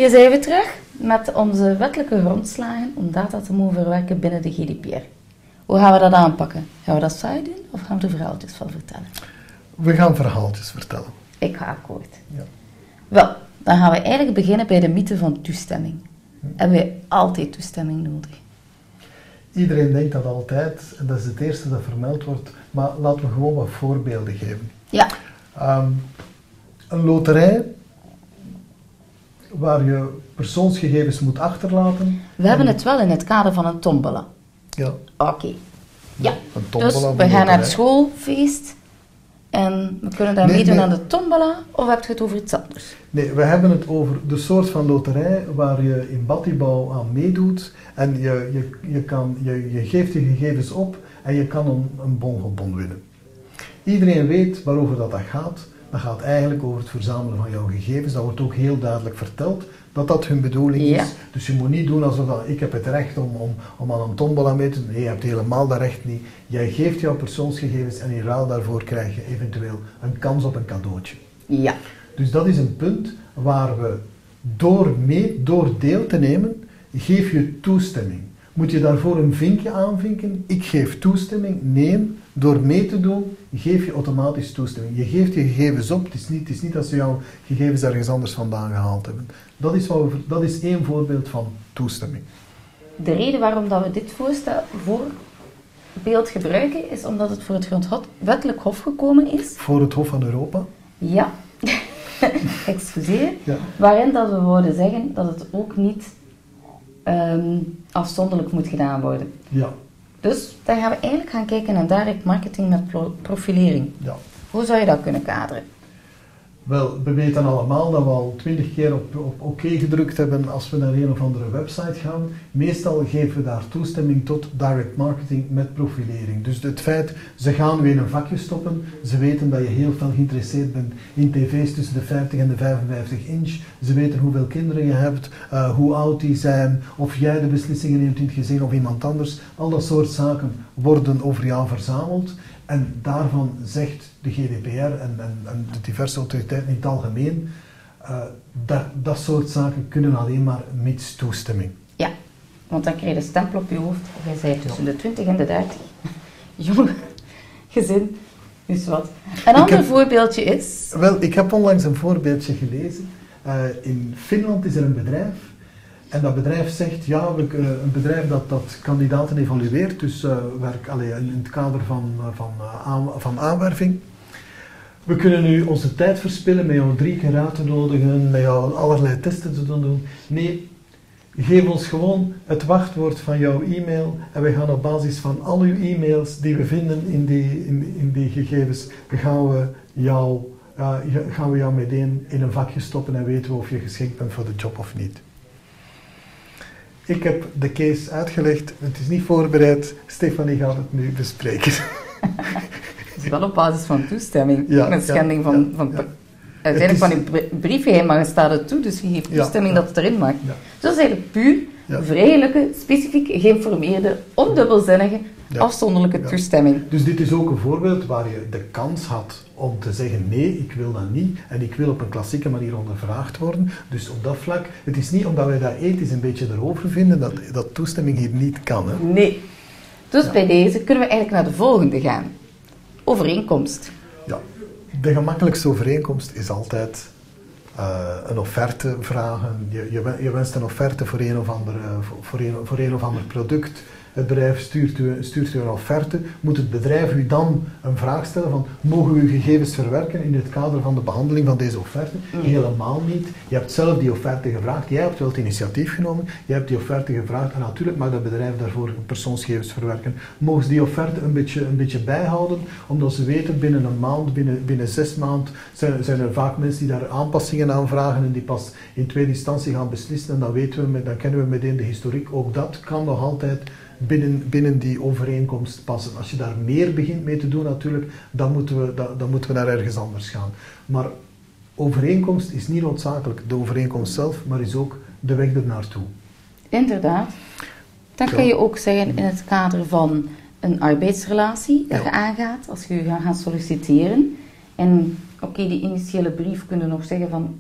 Hier zijn we terug met onze wettelijke grondslagen om data te mogen verwerken binnen de GDPR. Hoe gaan we dat aanpakken? Gaan we dat saai doen of gaan we er verhaaltjes van vertellen? We gaan verhaaltjes vertellen. Ik ga akkoord. Ja. Wel, dan gaan we eigenlijk beginnen bij de mythe van toestemming. Hebben wij altijd toestemming nodig? Iedereen denkt dat altijd en dat is het eerste dat vermeld wordt, maar laten we gewoon wat voorbeelden geven. Ja. Een loterij waar je persoonsgegevens moet achterlaten. We hebben het wel in het kader van een tombola. Ja. Oké. Ja, Een tombola, dus een we gaan naar loterij. het schoolfeest en we kunnen daar meedoen aan de tombola, of heb je het over iets anders? Nee, we hebben het over de soort van loterij waar je in Battibouw aan meedoet en je geeft je gegevens op en je kan een bon winnen. Iedereen weet waarover dat gaat. Dat gaat eigenlijk over het verzamelen van jouw gegevens. Dat wordt ook heel duidelijk verteld dat dat hun bedoeling Ja. is. Dus je moet niet doen alsof ik heb het recht om aan een tombola mee te doen. Nee, je hebt helemaal dat recht niet. Jij geeft jouw persoonsgegevens en in ruil daarvoor krijg je eventueel een kans op een cadeautje. Ja. Dus dat is een punt waar we door deel te nemen, geef je toestemming. Moet je daarvoor een vinkje aanvinken? Ik geef toestemming. Nee, door mee te doen, geef je automatisch toestemming. Je geeft je gegevens op. Het is niet dat ze jouw gegevens ergens anders vandaan gehaald hebben. Dat is één voorbeeld van toestemming. De reden waarom dat we dit voorbeeld gebruiken, is omdat het voor het grondwettelijk hof gekomen is. Voor het Hof van Europa? Ja. Excuseer. Ja. Waarin dat we wouden zeggen dat het ook niet afzonderlijk moet gedaan worden. Ja. Dus dan gaan we eigenlijk gaan kijken naar direct marketing met profilering. Ja. Hoe zou je dat kunnen kaderen? Wel, we weten allemaal dat we al 20 keer op oké gedrukt hebben als we naar een of andere website gaan. Meestal geven we daar toestemming tot direct marketing met profilering. Dus het feit, ze gaan weer in een vakje stoppen, ze weten dat je heel veel geïnteresseerd bent in tv's tussen de 50 en de 55 inch. Ze weten hoeveel kinderen je hebt, hoe oud die zijn, of jij de beslissingen neemt in het gezin of iemand anders. Al dat soort zaken worden over jou verzameld. En daarvan zegt de GDPR en de diverse autoriteiten in het algemeen, dat soort zaken kunnen alleen maar mits toestemming. Ja, want dan krijg je een stempel op je hoofd. Jij zei tussen de 20 en de 30. Jong gezin, dus wat. Een ander voorbeeldje is... Wel, ik heb onlangs een voorbeeldje gelezen. In Finland is er een bedrijf. En dat bedrijf zegt, ja, een bedrijf dat kandidaten evalueert, dus in het kader van aanwerving. We kunnen nu onze tijd verspillen met jou 3 keer uit te nodigen, met jou allerlei testen te doen. Nee, geef ons gewoon het wachtwoord van jouw e-mail en wij gaan op basis van al uw e-mails die we vinden in die gegevens, gaan we jou meteen in een vakje stoppen en weten we of je geschikt bent voor de job of niet. Ik heb de case uitgelegd, het is niet voorbereid, Stefanie gaat het nu bespreken. Het is wel op basis van toestemming, Ja, met schending van uiteindelijk van je briefgeheim, maar je staat het toe, dus je geeft toestemming dat het erin mag. Ja. Dus dat is eigenlijk puur vrijelijke, specifiek geïnformeerde, ondubbelzinnige, afzonderlijke toestemming. Dus dit is ook een voorbeeld waar je de kans had om te zeggen nee, ik wil dat niet en ik wil op een klassieke manier ondervraagd worden. Dus op dat vlak, het is niet omdat wij dat ethisch een beetje erover vinden dat toestemming hier niet kan. Hè? Nee. Dus bij deze kunnen we eigenlijk naar de volgende gaan. Overeenkomst. Ja, de gemakkelijkste overeenkomst is altijd een offerte vragen. Je wenst een offerte voor een of ander product. Het bedrijf stuurt u een offerte. Moet het bedrijf u dan een vraag stellen van, mogen we uw gegevens verwerken in het kader van de behandeling van deze offerte? Helemaal niet. Je hebt zelf die offerte gevraagd. Jij hebt wel het initiatief genomen. Je hebt die offerte gevraagd en natuurlijk mag dat bedrijf daarvoor persoonsgegevens verwerken. Mogen ze die offerte een beetje bijhouden, omdat ze weten binnen een maand, binnen 6 maanden zijn er vaak mensen die daar aanpassingen aan vragen en die pas in tweede instantie gaan beslissen en dan kennen we meteen de historiek. Ook dat kan nog altijd binnen die overeenkomst passen. Als je daar meer begint mee te doen natuurlijk, dan moeten we naar ergens anders gaan. Maar overeenkomst is niet noodzakelijk de overeenkomst zelf, maar is ook de weg ernaartoe. Inderdaad. Dan kan je ook zeggen in het kader van een arbeidsrelatie dat je aangaat als je gaat gaan solliciteren. En die initiële brief kunnen nog zeggen van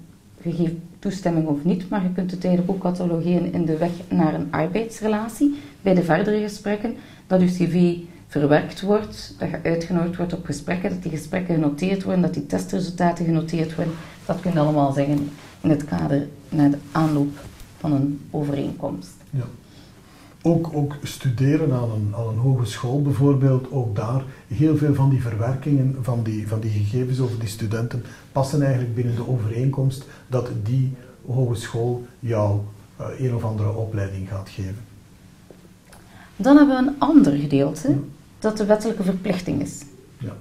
je geeft toestemming of niet, maar je kunt het eigenlijk ook catalogeren in de weg naar een arbeidsrelatie. Bij de verdere gesprekken, dat je cv verwerkt wordt, dat je uitgenodigd wordt op gesprekken, dat die gesprekken genoteerd worden, dat die testresultaten genoteerd worden. Dat kun je allemaal zeggen in het kader naar de aanloop van een overeenkomst. Ja. Ook studeren aan een hogeschool bijvoorbeeld, ook daar, heel veel van die verwerkingen van die gegevens over die studenten passen eigenlijk binnen de overeenkomst dat die hogeschool jou een of andere opleiding gaat geven. Dan hebben we een ander gedeelte, dat de wettelijke verplichting is. Ja.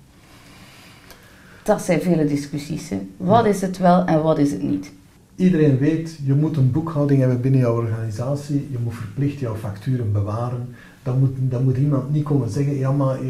Dat zijn vele discussies. Hè. Wat is het wel en wat is het niet? Iedereen weet, je moet een boekhouding hebben binnen jouw organisatie, je moet verplicht jouw facturen bewaren. Dan moet iemand niet komen zeggen, ja maar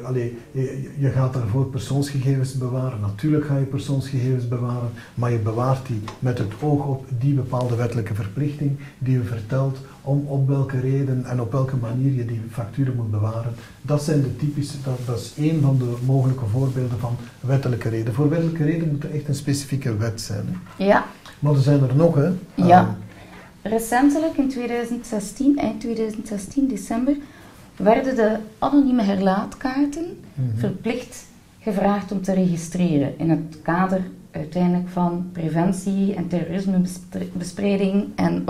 je gaat daarvoor persoonsgegevens bewaren. Natuurlijk ga je persoonsgegevens bewaren, maar je bewaart die met het oog op die bepaalde wettelijke verplichting die je vertelt om op welke reden en op welke manier je die facturen moet bewaren. Dat zijn de typische, dat is één van de mogelijke voorbeelden van wettelijke reden. Voor wettelijke reden moet er echt een specifieke wet zijn. Hè? Ja. Maar er zijn er nog, hè? Ja. Recentelijk, in 2016, eind 2016, december, werden de anonieme herlaatkaarten verplicht gevraagd om te registreren in het kader uiteindelijk van preventie en terrorismebestrijding en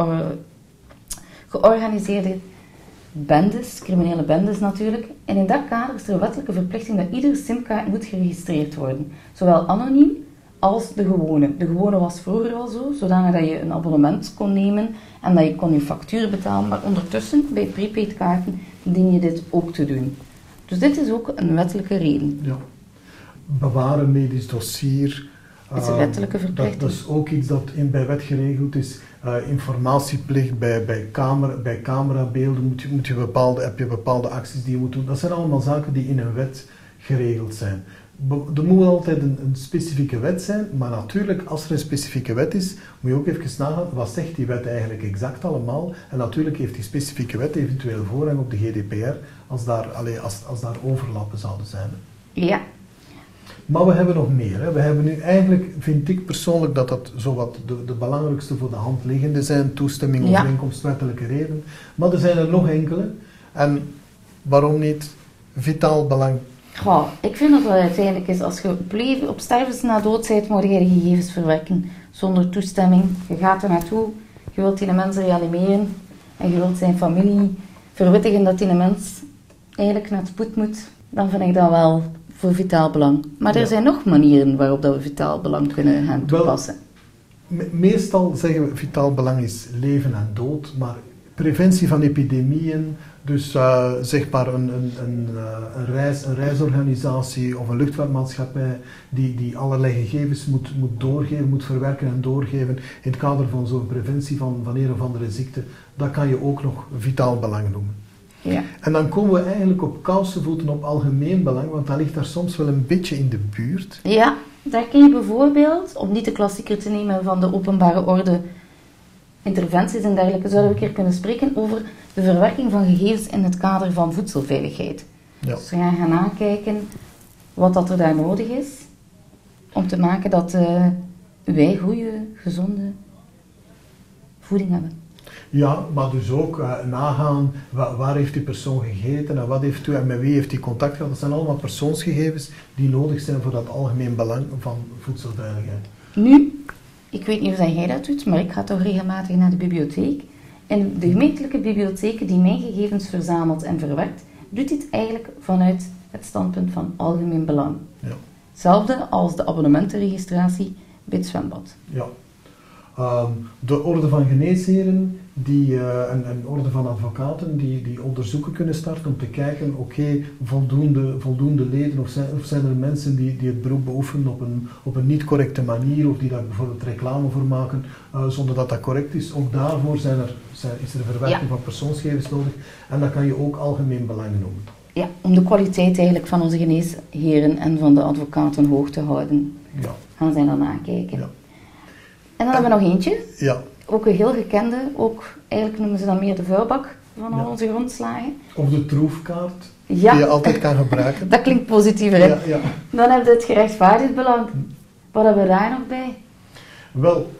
georganiseerde bendes, criminele bendes natuurlijk. En in dat kader is er een wettelijke verplichting dat iedere simkaart moet geregistreerd worden. Zowel anoniem als de gewone. De gewone was vroeger al zo, zodanig dat je een abonnement kon nemen en dat je kon je factuur betalen. Maar ondertussen, bij prepaidkaarten, dien je dit ook te doen. Dus dit is ook een wettelijke reden. Ja. Bewaren medisch dossier. Het is een wettelijke verplichting. Dat is ook iets dat bij wet geregeld is. Informatieplicht bij camerabeelden heb je bepaalde acties die je moet doen. Dat zijn allemaal zaken die in een wet geregeld zijn. Er moet altijd een specifieke wet zijn, maar natuurlijk, als er een specifieke wet is, moet je ook even nagaan, wat zegt die wet eigenlijk exact allemaal? En natuurlijk heeft die specifieke wet eventueel voorrang op de GDPR, als daar overlappen zouden zijn. Ja. Maar we hebben nog meer. Hè. We hebben nu eigenlijk, vind ik persoonlijk, dat zowat de belangrijkste voor de hand liggende zijn, toestemming, overeenkomst, wettelijke reden. Maar er zijn er nog enkele. En waarom niet vitaal belang? Goh, ik vind dat wel uiteindelijk is, als je op stervens na dood bent, moet je de gegevens verwerken zonder toestemming. Je gaat er naartoe, je wilt die mensen reanimeren en je wilt zijn familie verwittigen dat die mens eigenlijk naar het spoed moet. Dan vind ik dat wel voor vitaal belang. Maar er zijn nog manieren waarop dat we vitaal belang kunnen gaan toepassen. Meestal zeggen we vitaal belang is leven en dood, maar preventie van epidemieën, dus zeg maar een reisorganisatie of een luchtvaartmaatschappij die allerlei gegevens moet doorgeven, moet verwerken en doorgeven in het kader van zo'n preventie van een of andere ziekte, dat kan je ook nog vitaal belang noemen. Ja. En dan komen we eigenlijk op kousenvoeten op algemeen belang, want dat ligt daar soms wel een beetje in de buurt. Ja, daar kun je bijvoorbeeld, om niet de klassieker te nemen van de openbare orde, interventies en dergelijke, zouden we een keer kunnen spreken over de verwerking van gegevens in het kader van voedselveiligheid. Ja. Dus we gaan nakijken wat dat er daar nodig is om te maken dat wij goede, gezonde voeding hebben. Ja, maar dus ook nagaan waar heeft die persoon gegeten en wat heeft u en met wie heeft hij contact gehad. Dat zijn allemaal persoonsgegevens die nodig zijn voor dat algemeen belang van voedselveiligheid. Nu, ik weet niet of jij dat doet, maar ik ga toch regelmatig naar de bibliotheek. En de gemeentelijke bibliotheek die mijn gegevens verzamelt en verwerkt, doet dit eigenlijk vanuit het standpunt van algemeen belang. Ja. Hetzelfde als de abonnementenregistratie bij het zwembad. Ja. De orde van geneesheren en orde van advocaten die onderzoeken kunnen starten om te kijken, voldoende leden of zijn er mensen die het beroep beoefenen op een niet correcte manier of die daar bijvoorbeeld reclame voor maken zonder dat dat correct is. Ook daarvoor is er verwerking van persoonsgegevens nodig en dat kan je ook algemeen belang noemen. Ja, om de kwaliteit eigenlijk van onze geneesheren en van de advocaten hoog te houden, gaan zij dan nakijken. Ja. En dan hebben we nog eentje, ook een heel gekende, ook eigenlijk noemen ze dat meer de vuilbak van al onze grondslagen. Of de troefkaart, die je altijd kan gebruiken. Dat klinkt positiever, hè? Ja. Dan hebben we het gerechtvaardigd belang. Wat hebben we daar nog bij? Wel,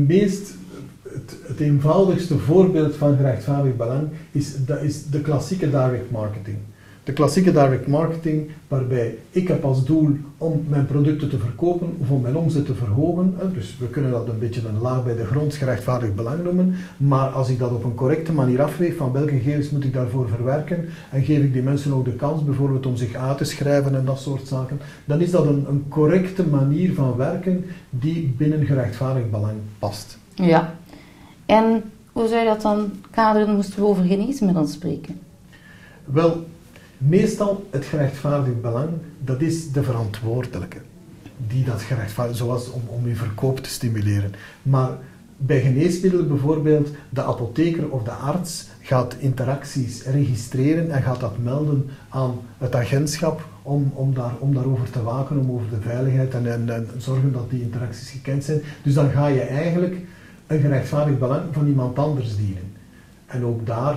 het eenvoudigste voorbeeld van gerechtvaardigd belang is de klassieke direct marketing. De klassieke direct marketing, waarbij ik heb als doel om mijn producten te verkopen of om mijn omzet te verhogen. Dus we kunnen dat een beetje een laag bij de grond gerechtvaardigd belang noemen. Maar als ik dat op een correcte manier afweeg, van welke gegevens moet ik daarvoor verwerken, en geef ik die mensen ook de kans bijvoorbeeld om zich uit te schrijven en dat soort zaken, dan is dat een correcte manier van werken die binnen gerechtvaardigd belang past. Ja. En hoe zou je dat dan kaderen, moesten we over geneesmiddelen spreken? Wel, meestal het gerechtvaardigd belang, dat is de verantwoordelijke die dat gerechtvaardigt, zoals om uw verkoop te stimuleren. Maar bij geneesmiddelen bijvoorbeeld, de apotheker of de arts gaat interacties registreren en gaat dat melden aan het agentschap om daarover te waken, om over de veiligheid en zorgen dat die interacties gekend zijn. Dus dan ga je eigenlijk een gerechtvaardigd belang van iemand anders dienen. En ook daar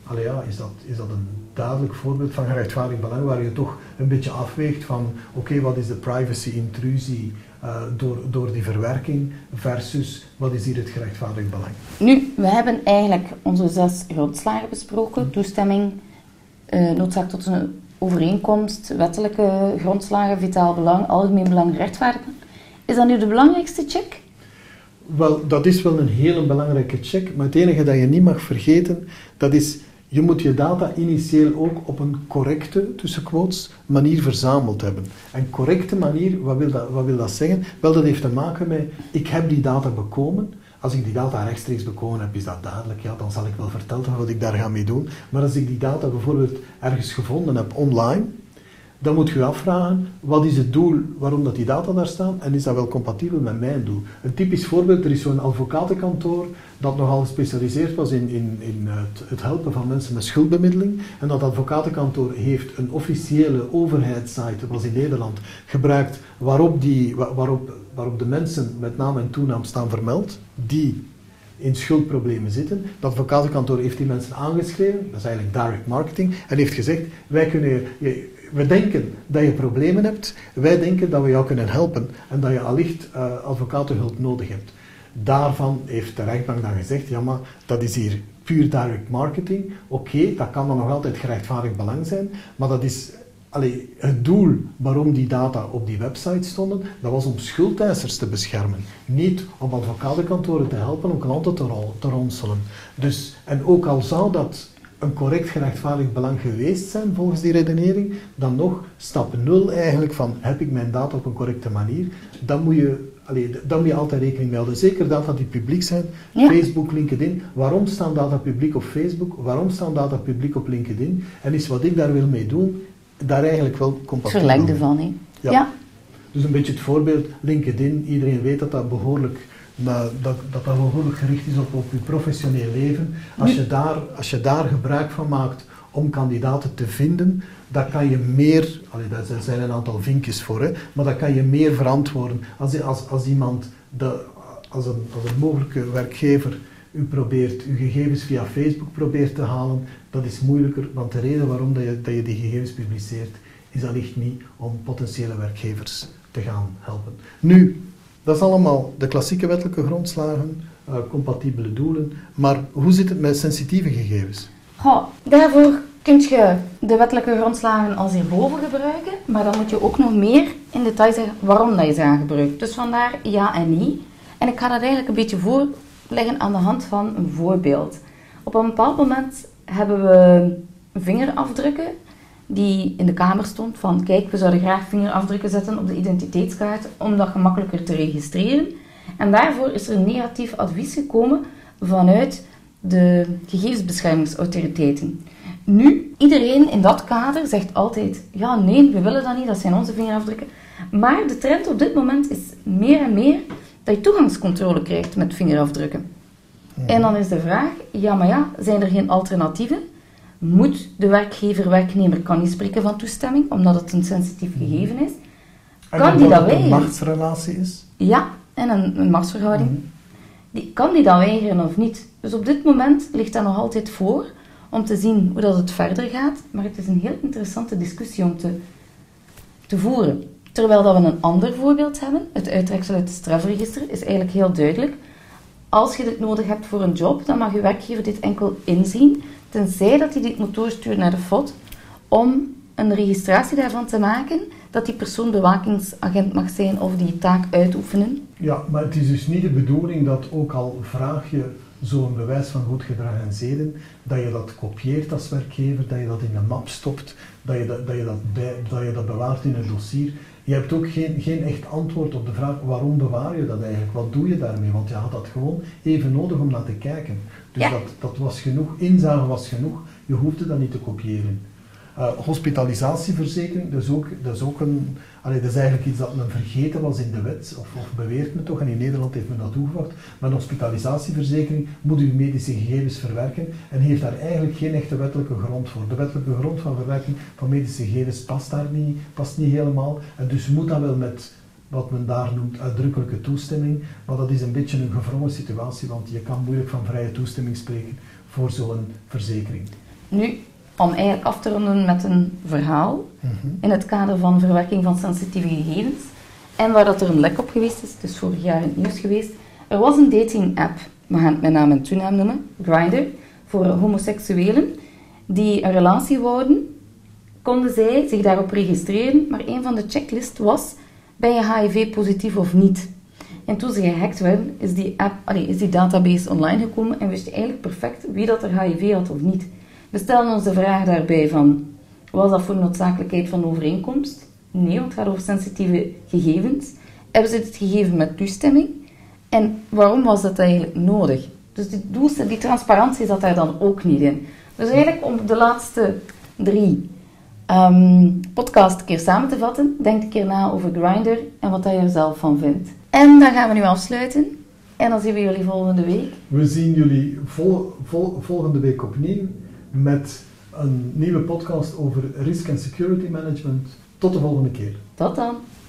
is dat een duidelijk voorbeeld van gerechtvaardigd belang, waar je toch een beetje afweegt van oké, wat is de privacy-intrusie door die verwerking versus wat is hier het gerechtvaardigd belang. Nu, we hebben eigenlijk onze 6 grondslagen besproken. Toestemming, noodzaak tot een overeenkomst, wettelijke grondslagen, vitaal belang, algemeen belang, rechtvaardiging. Is dat nu de belangrijkste check? Wel, dat is wel een hele belangrijke check, maar het enige dat je niet mag vergeten, dat is, je moet je data initieel ook op een correcte, tussen quotes, manier verzameld hebben. En correcte manier, wat wil dat zeggen? Wel, dat heeft te maken met, ik heb die data bekomen. Als ik die data rechtstreeks bekomen heb, is dat duidelijk. Ja, dan zal ik wel vertellen wat ik daar ga mee doen. Maar als ik die data bijvoorbeeld ergens gevonden heb online, dan moet je afvragen, wat is het doel waarom dat die data daar staan en is dat wel compatibel met mijn doel? Een typisch voorbeeld, er is zo'n advocatenkantoor dat nogal gespecialiseerd was in het helpen van mensen met schuldbemiddeling. En dat advocatenkantoor heeft een officiële overheidssite, dat was in Nederland, gebruikt waarop de mensen met naam en toenaam staan vermeld, die in schuldproblemen zitten. Dat advocatenkantoor heeft die mensen aangeschreven, dat is eigenlijk direct marketing, en heeft gezegd, we denken dat je problemen hebt, wij denken dat we jou kunnen helpen en dat je allicht advocatenhulp nodig hebt. Daarvan heeft de rechtbank dan gezegd, ja maar dat is hier puur direct marketing. Oké, dat kan dan nog altijd gerechtvaardigd belang zijn, maar dat is het doel waarom die data op die website stonden, dat was om schuldeisers te beschermen. Niet om advocatenkantoren te helpen om klanten te ronselen. Dus, en ook al zou dat een correct gerechtvaardigd belang geweest zijn volgens die redenering, dan nog stap 0 eigenlijk van heb ik mijn data op een correcte manier, dan moet je altijd rekening mee houden. Zeker data die publiek zijn, ja. Facebook, LinkedIn. Waarom staan data publiek op Facebook? Waarom staan data publiek op LinkedIn? En is wat ik daar wil mee doen, daar eigenlijk wel compatibel. Verlengde van, hè? Ja. Dus een beetje het voorbeeld, LinkedIn, iedereen weet dat dat behoorlijk gericht is op je professioneel leven. Als je daar gebruik van maakt om kandidaten te vinden, dan kan je meer, daar zijn een aantal vinkjes voor, hè, maar dan kan je meer verantwoorden. Als een mogelijke werkgever uw gegevens via Facebook probeert te halen, dat is moeilijker, want de reden waarom dat je die gegevens publiceert, is allicht niet om potentiële werkgevers te gaan helpen. Nu, dat is allemaal de klassieke wettelijke grondslagen, compatibele doelen, maar hoe zit het met sensitieve gegevens? Daarvoor kun je de wettelijke grondslagen als hierboven gebruiken, maar dan moet je ook nog meer in detail zeggen waarom dat je ze aan gebruikt. Dus vandaar ja en nee. En ik ga dat eigenlijk een beetje voorleggen aan de hand van een voorbeeld. Op een bepaald moment hebben we vingerafdrukken die in de kamer stond van kijk, we zouden graag vingerafdrukken zetten op de identiteitskaart om dat gemakkelijker te registreren. En daarvoor is er een negatief advies gekomen vanuit de gegevensbeschermingsautoriteiten. Nu, iedereen in dat kader zegt altijd, ja nee, we willen dat niet, dat zijn onze vingerafdrukken. Maar de trend op dit moment is meer en meer dat je toegangscontrole krijgt met vingerafdrukken. En dan is de vraag, zijn er geen alternatieven? Moet de werkgever-werknemer kan niet spreken van toestemming, omdat het een sensitief gegeven is? Kan die dat weigeren? Een machtsrelatie is? Ja, en een machtsverhouding. Kan die dat weigeren of niet? Dus op dit moment ligt dat nog altijd voor om te zien hoe dat het verder gaat. Maar het is een heel interessante discussie om te voeren. Terwijl dat we een ander voorbeeld hebben, het uittreksel uit het strafregister, is eigenlijk heel duidelijk. Als je dit nodig hebt voor een job, dan mag je werkgever dit enkel inzien, tenzij dat hij dit moet doorsturen naar de FOD, om een registratie daarvan te maken, dat die persoon bewakingsagent mag zijn of die taak uitoefenen. Ja, maar het is dus niet de bedoeling dat ook al vraag je zo'n bewijs van goed gedrag en zeden, dat je dat kopieert als werkgever, dat je dat in een map stopt, dat je dat bewaart in een dossier. Je hebt ook geen echt antwoord op de vraag waarom bewaar je dat eigenlijk, wat doe je daarmee, want je had dat gewoon even nodig om naar te kijken. Dus ja. dat was genoeg, inzage was genoeg, je hoefde dat niet te kopiëren. Hospitalisatieverzekering, dat is eigenlijk iets dat men vergeten was in de wet, of beweert men toch, en in Nederland heeft men dat toegevoegd. Maar een hospitalisatieverzekering moet uw medische gegevens verwerken en heeft daar eigenlijk geen echte wettelijke grond voor. De wettelijke grond van verwerking van medische gegevens past niet helemaal, en dus moet dat wel met wat men daar noemt uitdrukkelijke toestemming, maar dat is een beetje een gevrongen situatie, want je kan moeilijk van vrije toestemming spreken voor zo'n verzekering. Nu, om eigenlijk af te ronden met een verhaal in het kader van verwerking van sensitieve gegevens en waar dat er een lek op geweest is, dus vorig jaar in het nieuws geweest. Er was een dating app, we gaan het met naam en toenaam noemen, Grindr, voor homoseksuelen die een relatie wouden. Konden zij zich daarop registreren, maar een van de checklists was, ben je HIV-positief of niet? En toen ze gehackt werden, is die database online gekomen en wist je eigenlijk perfect wie dat er HIV had of niet. We stellen ons de vraag daarbij van, was dat voor noodzakelijkheid van overeenkomst? Nee, want het gaat over sensitieve gegevens. Hebben ze dit gegeven met toestemming? En waarom was dat eigenlijk nodig? Dus die transparantie zat daar dan ook niet in. Dus eigenlijk om de laatste 3 podcasts een keer samen te vatten, denk een keer na over Grindr en wat je er zelf van vindt. En dan gaan we nu afsluiten. En dan zien we jullie volgende week. We zien jullie volgende week opnieuw met een nieuwe podcast over risk en security management. Tot de volgende keer. Tot dan.